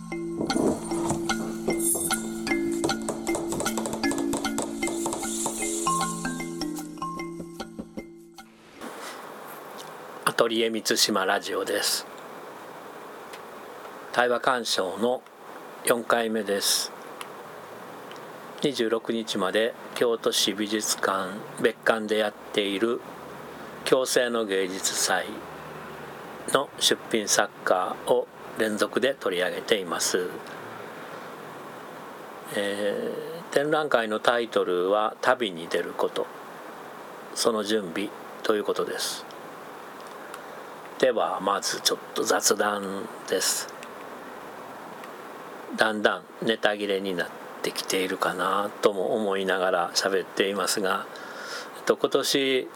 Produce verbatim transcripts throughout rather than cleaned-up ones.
アトリエ満島ラジオです。対話鑑賞のよんかいめです。にじゅうろくにちまで京都市美術館別館でやっている共生の芸術祭の出品作家を連続で取り上げています。えー、展覧会のタイトルは旅に出ること、その準備ということです。ではまずちょっと雑談です。だんだんネタ切れになってきているかなとも思いながら喋っていますが、えっと、今年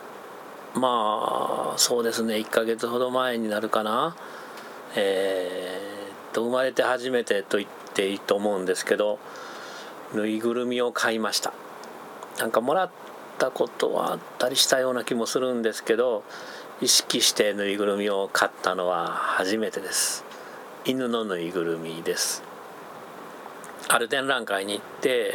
まあそうですねいっかげつほど前になるかな、えー、っと生まれて初めてと言っていいと思うんですけど、ぬいぐるみを買いました。なんかもらったことはあったりしたような気もするんですけど、意識してぬいぐるみを買ったのは初めてです。犬のぬいぐるみです。ある展覧会に行って、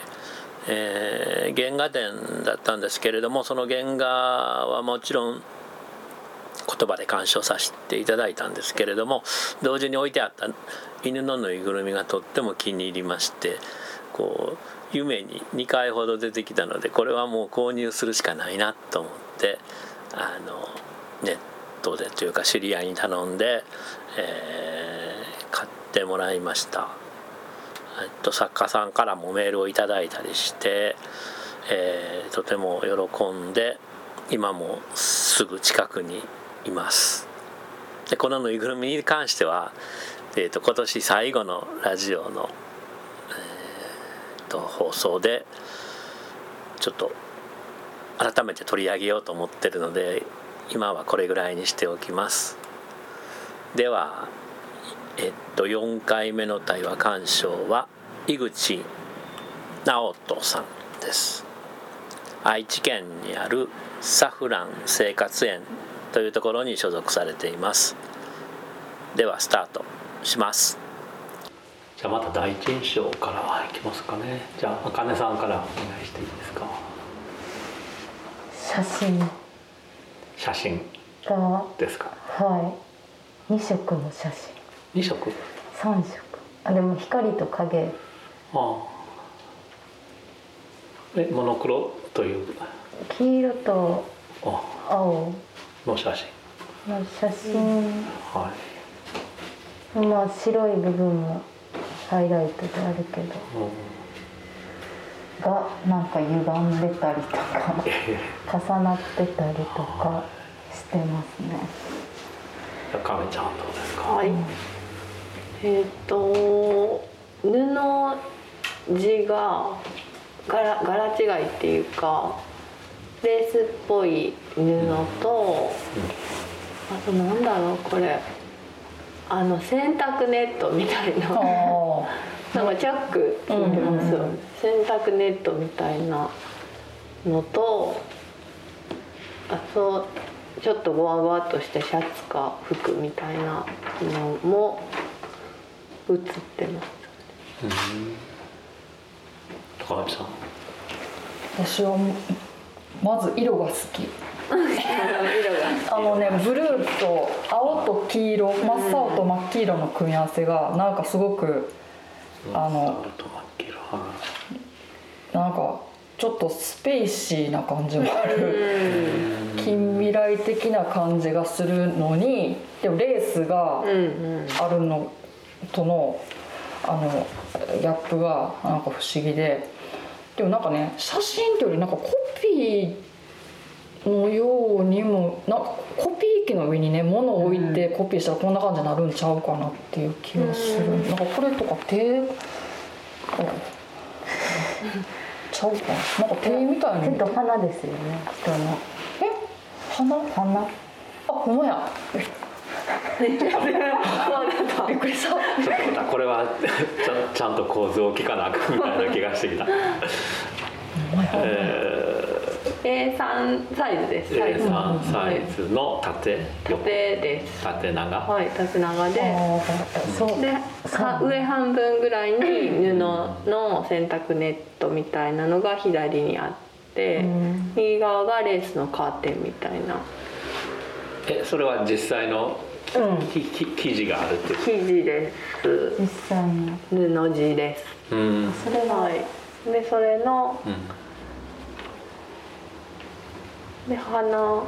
えー、原画展だったんですけれども、その原画はもちろん言葉で鑑賞させていただいたんですけれども、同時に置いてあった犬のぬいぐるみがとっても気に入りまして、こう夢ににかいほど出てきたので、これはもう購入するしかないなと思って、あのネットでというか知り合いに頼んで、えー、買ってもらいました。えっと、作家さんからもメールをいただいたりして、えー、とても喜んで今もすぐ近くにいます。でこのぬいぐるみに関しては、えー、と今年最後のラジオの、えー、と放送でちょっと改めて取り上げようと思ってるので、今はこれぐらいにしておきます。では、えっと、よんかいめの対話鑑賞は井口直人さんです。愛知県にあるサフラン生活園というところに所属されています。ではスタートします。じゃあまた第一印象からいきますかね。じゃあ茜さんからお願いしていいですか。 写真写真がですか。 はい、にしょくの写真。 にしょくさんしょく、あでも光と影。 ああえモノクロという黄色と青の写真の写真、 はい、 まあ白い部分もハイライトであるけど、うん、がなんか歪んでたりとか重なってたりとかしてますね。 亀ちゃんどうですか。 はい、うん、えっと布地が柄柄違いっていうかレースっぽい布と、うん、あとなんだろうこれあの洗濯ネットみたいななんかチャックついてますよね、うんうん、洗濯ネットみたいなのと、あとちょっとゴワゴワっとしたシャツか服みたいなのも映ってます。うん、 高橋さん。 私はまず色が好きあのねブルーと青と黄色、真っ青と真っ黄色の組み合わせがなんかすごくあのなんかちょっとスペーシーな感じもある近未来的な感じがするのに、でもレースがあるのとのあのギャップがなんか不思議で、でもなんかね写真というよりなんかコピーのようにもなんかコピー機の上にね物を置いてコピーしたらこんな感じになるんちゃうかなっていう気がする。なんかこれとか手ちゃうかな、なんか手みたいな。 ちょっと花ですよね人の。 え花花あほんまやびっくりした。ちょっとまたこれはち ゃ, ちゃんと構図を聞かなあかんみたいな気がしてきた。えー、 エーさん サイズです。 エーさん サイズの縦縦です。 縦長。 はい、縦長で。 そうで、上半分ぐらいに布の洗濯ネットみたいなのが左にあって、うん、右側がレースのカーテンみたいな。 え、それは実際の、うん、生地があるっていう。 生地です。 実際の布地です。 うん。 それはい。で、それの。うんで花花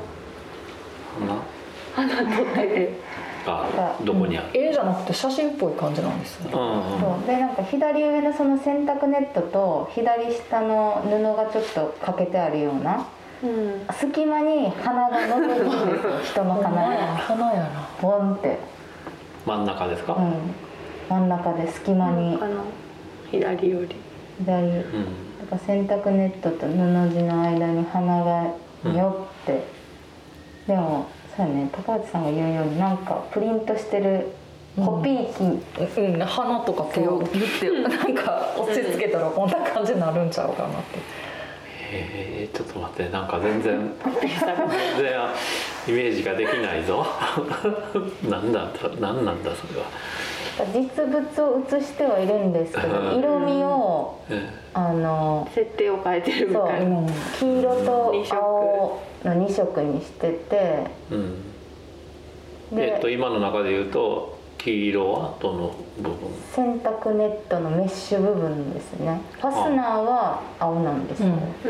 花と手あどこにある、 うん、絵じゃなくて写真っぽい感じなんですね、 うんうん、そうでなんか左上のその洗濯ネットと左下の布がちょっとかけてあるような、うん、隙間に花が覗いてるんですよ人の花が花やなボンって真ん中ですか、 うん、真ん中で隙間に左より左、うん、だから洗濯ネットと布地の間に花がよって、うん、でもそうやね高橋さんが言うようになんかプリントしてるコピー機、 うんうん、花とか手をギュッてなんか押し付けたらこんな感じになるんちゃうかなって。 へえ、ちょっと待って、なんか全然全然イメージができないぞなんだなんなんだそれは。 実物を写してはいるんですけど色味を、うん、あの設定を変えてるみたいな、 黄色と青のに色にしてて、うん、 で、えっと、今の中で言うと黄色はどの部分？ 洗濯ネットのメッシュ部分ですね。ファスナーは青なんですよ、うん、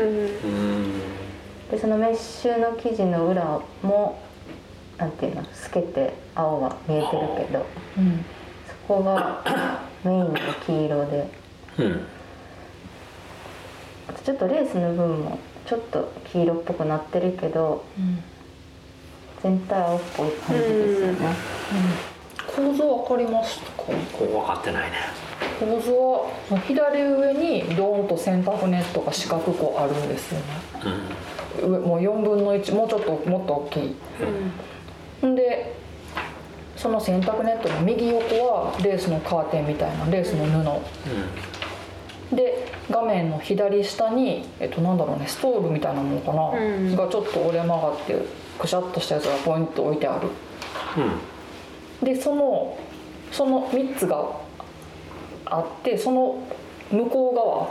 でそのメッシュの生地の裏もなんていうの透けて青が見えてるけど、うん、ここがメインの黄色で、うん、あとちょっとレースの部分もちょっと黄色っぽくなってるけど、うん、全体青っぽい感じですよね、 うん、構造わかりますか？ ここ分かってないね。 構造は左上にドーンと洗濯ネットが四角くあるんですよね、うん、もうよんぶんのいちもうちょっともっと大きい、うん、でその洗濯ネットの右横はレースのカーテンみたいなレースの布、うん、で画面の左下に、えっと、なんだろうねストールみたいなものかな、うん、がちょっと折れ曲がってくしゃっとしたやつがポインと置いてある、うん、でそのそのみっつがあってその向こう側、はい、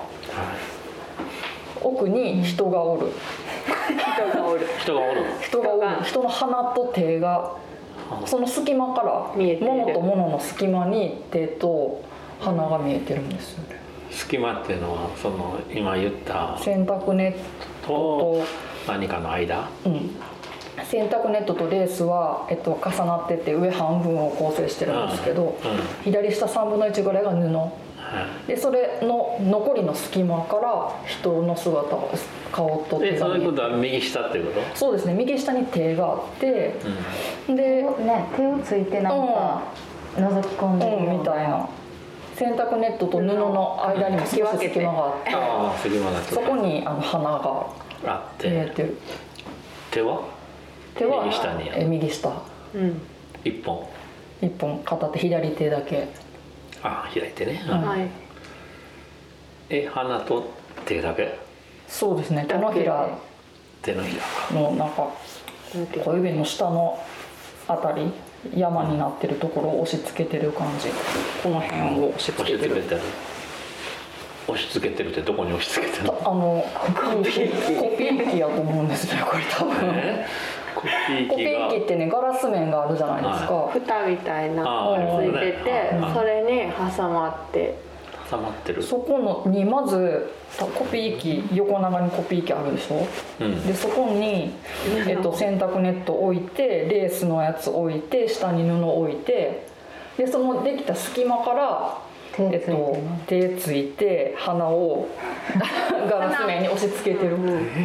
奥に人がおる、 人がおる人がおる人がおる人の鼻と手がその隙間から物と物の隙間に手と鼻が見えてるんですよね。 隙間っていうのはその今言った洗濯ネットと何かの間、うん、 洗濯ネットとレースは、えっと、重なってて上半分を構成してるんですけど、うんうん、左下さんぶんのいちぐらいが布、うん、でそれの残りの隙間から人の姿を顔と手が見えて、 そういうことは右下っていうこと？ そうですね、右下に手があって、 うん、で、ね、手をついてなんか覗き込んでる、 うん、みたいな。洗濯ネットと布の間にも少し隙間があって、 ああ、隙間があって、 そこにあの花があって見えてる。 手は？ 手は右下にある。 え右下。 うん。 一本。 一本片手左手だけ。 ああ、左手ね。 うん、はい。 え、鼻と手だけ？ そうですね。手のひら。 手のひらのなんか小指の下のあたり。山になってるところを押し付けてる感じ。この辺を押し付けてる。 押し付けてるってどこに押し付けてるの？ あのコピーコピー機やと思うんですね、これ多分。 えー、コピー機がコピー機ってねガラス面があるじゃないですか。 蓋みたいなのついてて、それに挟まって挟まってる。 そこのにまずコピー機横長にコピー機あるでしょ、うん、でそこに、えっと、洗濯ネット置いてレースのやつ置いて下に布置いてでそのできた隙間から手ついて、えっと、手ついて鼻をガラス面に押し付けてる。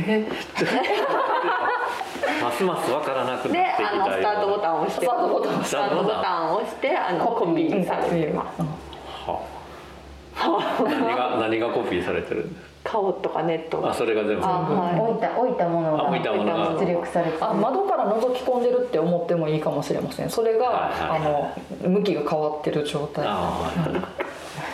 ますます分からなくなってきたよ。 であのスタートボタンを押してスタートボタンスタートボタンを押してあのコピーされてます。 何が何がコピーされてるんですか？ 顔とかネットが。 あ、それが全部、 はい、置いた置いたものが置いたものが出力されてる。 あ、窓から覗き込んでるって思ってもいいかもしれません。それが、はいはいはい、あの向きが変わってる状態。あ、はいはい、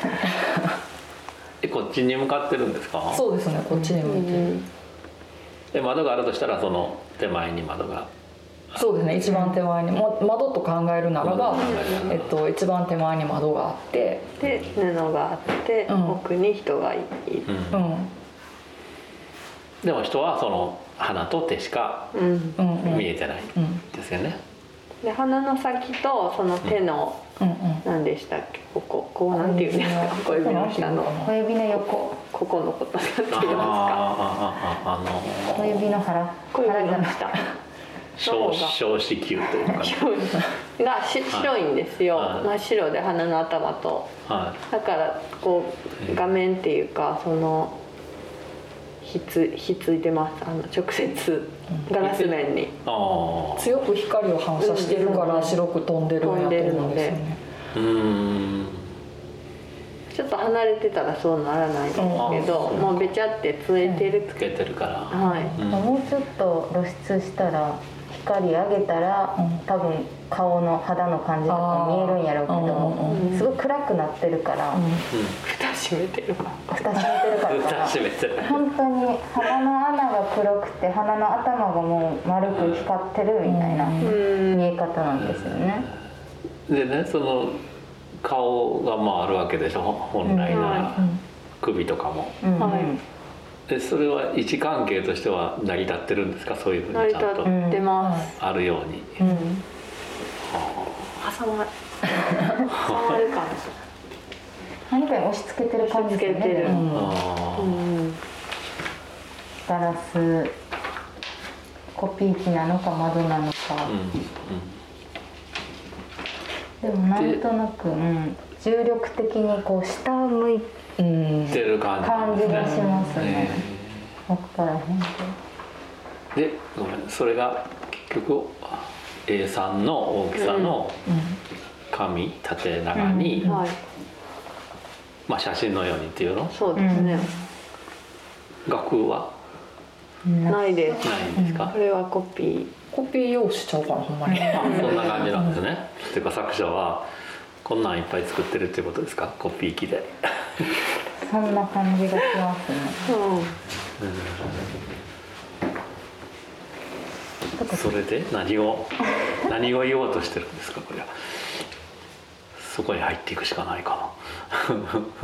え、こっちに向かってるんですか？ そうですね、こっちに向いてる。 で窓があるとしたらその手前に窓がそうですね、一番手前に、も窓と考えるならば、えっと、一番手前に窓があってで布があって、うん、奥に人がいる、うんうん、 でも人はその鼻と手しか見えてないですよね、 で鼻の先とその手の、うんうん、何でしたっけ、こここうなんていうんですか、小指の下の小指の横、 ここのことなんて言いますか、 あの小指の腹、 小指の下小小子宮というかがし白いんですよ、はい、真っ白で鼻の頭と、はい、だからこう画面っていうかそのひつひついてます、あの直接ガラス面に、 あ強く光を反射してるから白く飛んでるんやと思うんですよね。うーん、 ちょっと離れてたらそうならないんですけど、もうべちゃってついてる、 つけてるから、 はい、 うん、もうちょっと露出したら光上げたら、うん、多分顔の肌の感じとか見えるんやろうけど、うん、すごい暗くなってるから、うん、 蓋閉めてるから蓋閉めてるから蓋閉めてる本当に鼻の穴が黒くて鼻の頭がもう丸く光ってるみたいな見え方なんですよね。 でね、その顔がまああるわけでしょ、本来なら、うん、首とかも、うん、はい、でそれは位置関係としては成り立ってるんですか、そういうふうにちゃんと成り立ってますあるように、うん、はあ、挟まる挟まる感じ、 何かに押し付けてる感じですね、うん、あ、うん、ガラスコピー機なのか窓なのか、うんうん、でもなんとなく、うん、重力的にこう下を向いてうん、てる感じ、 感じがしますね。分からへんけど。で、ごめん、それが結局 エーさん の大きさの紙、縦長に、うん、はい、まあ写真のようにっていうの？ そうですね。 額はないです。 ないんですか？ これはコピー。 コピー用紙ちゃうかな、ほんまに。 そんな感じなんですね。っていうか作者はこんなんいっぱい作ってるっていうことですか、コピー機で。 そんな感じがしますね。 うん、それで何を何を言おうとしてるんですか、これは。そこに入っていくしかないかな。うん、なんだろう。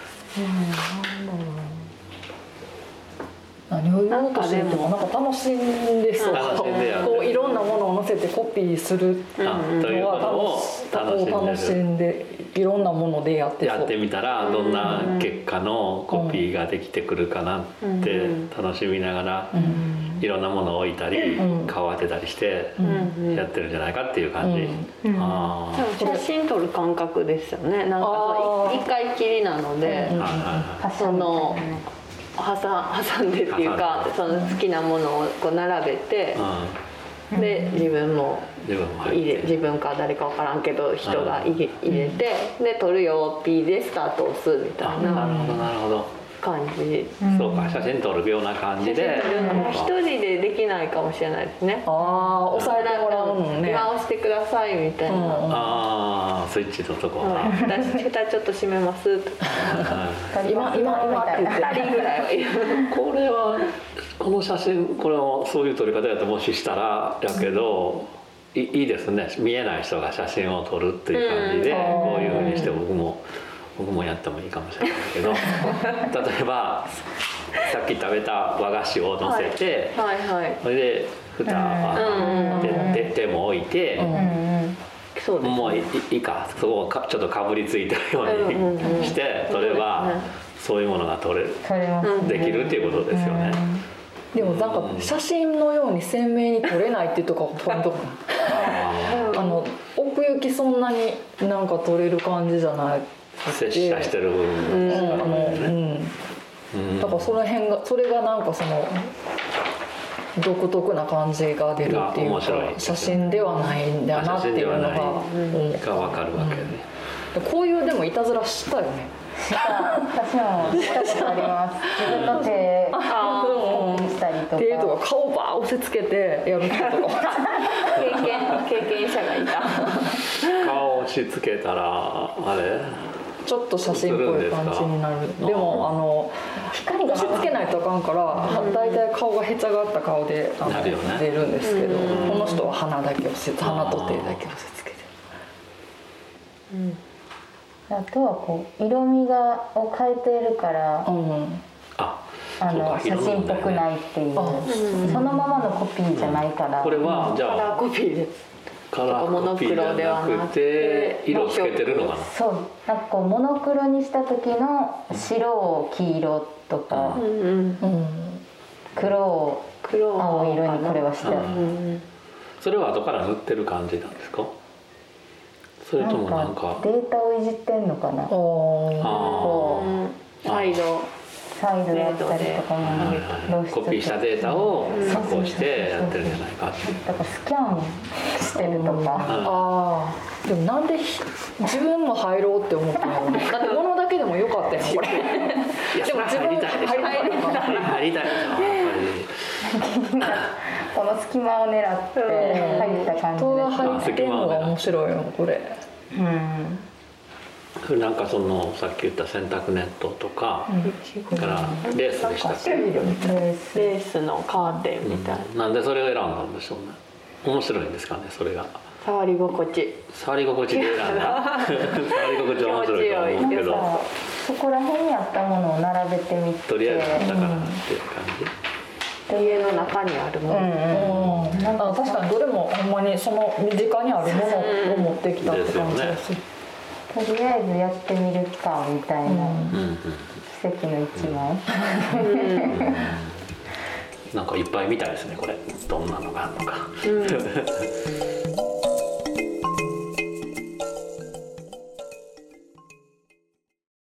何を言おうとしてるってもなんか楽しんでそう、こういろんなものを載せてコピーするのは楽しんで、いろんなものでやってやってみたらどんな結果のコピーができてくるかなって楽しみながらいろんなものを置いたり顔当てたりしてやってるんじゃないかっていう感じ。 あ、写真撮る感覚ですよね。なんか一回きりなので、その挟んでっていうか、その好きなものをこう並べて、で自分も入れ、自分か誰か分からんけど人が入れて、で撮るよ、ピーでスタートを押すみたいな。 なるほどなるほど。 感じ、 そうか、写真撮るような感じで一人でできないかもしれないですね。 ああ、押さえてもらうのね、 今押してくださいみたいな、 ああ、スイッチのとこは私蓋ちょっと閉めますとか今今今って言ってふたりぐらいはいる。 これはこの写真、これもそういう撮り方やともししたらやけど、いいいですね、見えない人が写真を撮るっていう感じで、こういうふうにして僕も僕もやってもいいかもしれないけど例えばさっき食べた和菓子を乗せて、はいはいはい、それで蓋で手も置いて、うんうん、そうですね、もういいか、そこをかちょっとかぶりついてるようにして撮れば、そういうものが撮れる、できるっていうことですよね。 でもなんか写真のように鮮明に撮れないっていうところがポイントかな。あの奥行きそんなになんか撮れる感じじゃない。 接写してる部分ですからね。 だからその辺が、それがなんかその独特な感じが出るっていうか、写真ではないんだなっていうのがが分かるわけね。 こういうでもいたずらしたよね。 私もしたことあります。自分の手をしたりとか、 手とか顔バー押せつけてやる人とか経験経験者がいた。 顔押し付けたらあれちょっと写真っぽい感じになる。でもあの光がつけないとあかんから、だいたい顔がへちゃがった顔であの、ね、出るんですけど、この人は鼻だけをせ鼻と手だけをせつけてる。 うんあとはこう色味がを変えているから、うん、ああの写真っぽくないっていう、うん、そのままのコピーじゃないから、 これはじゃあカラーコピーです。 カラーコピーじゃなくて色をつけてるのかな。 そうなんかこうモノクロにした時の白を黄色とか、うんうん、黒を青色にこれはしてある、うん、 それは後から塗ってる感じなんですか。それともなんかデータをいじってんのかな。あこうサイドサイドやったりとかも、 はい、コピーしたデータを加工してやってるんじゃないかって。 だからスキャンしてるとか。 ああでもなんで自分も入ろうって思ったの。だって物だけでもよかったよこれ。 でも自分入りたいでしょ。入りたいでしょ。 この隙間を狙って入った感じで。 人が入ってるのが面白いよこれ。うん。 なんかそのさっき言った洗濯ネットとか、うん、からレースでしたっけ。レースのカーテンみたいな、 うん、なんでそれを選んだんでしょうね。面白いんですかねそれが。 触り心地触り心地で選んだ。触り心地は面白いと思うけど、 そこら辺にあったものを並べてみて、 とりあえずあったからっていう感じ。家の中にあるもの、 うんうん、なんか確かにどれもほんまにその身近にあるものを持ってきたって感じです。 とりあえずやってみるかみたいな、うん、奇跡の一枚、うん、 なんかいっぱい見たいですねこれどんなのがあるのか、うん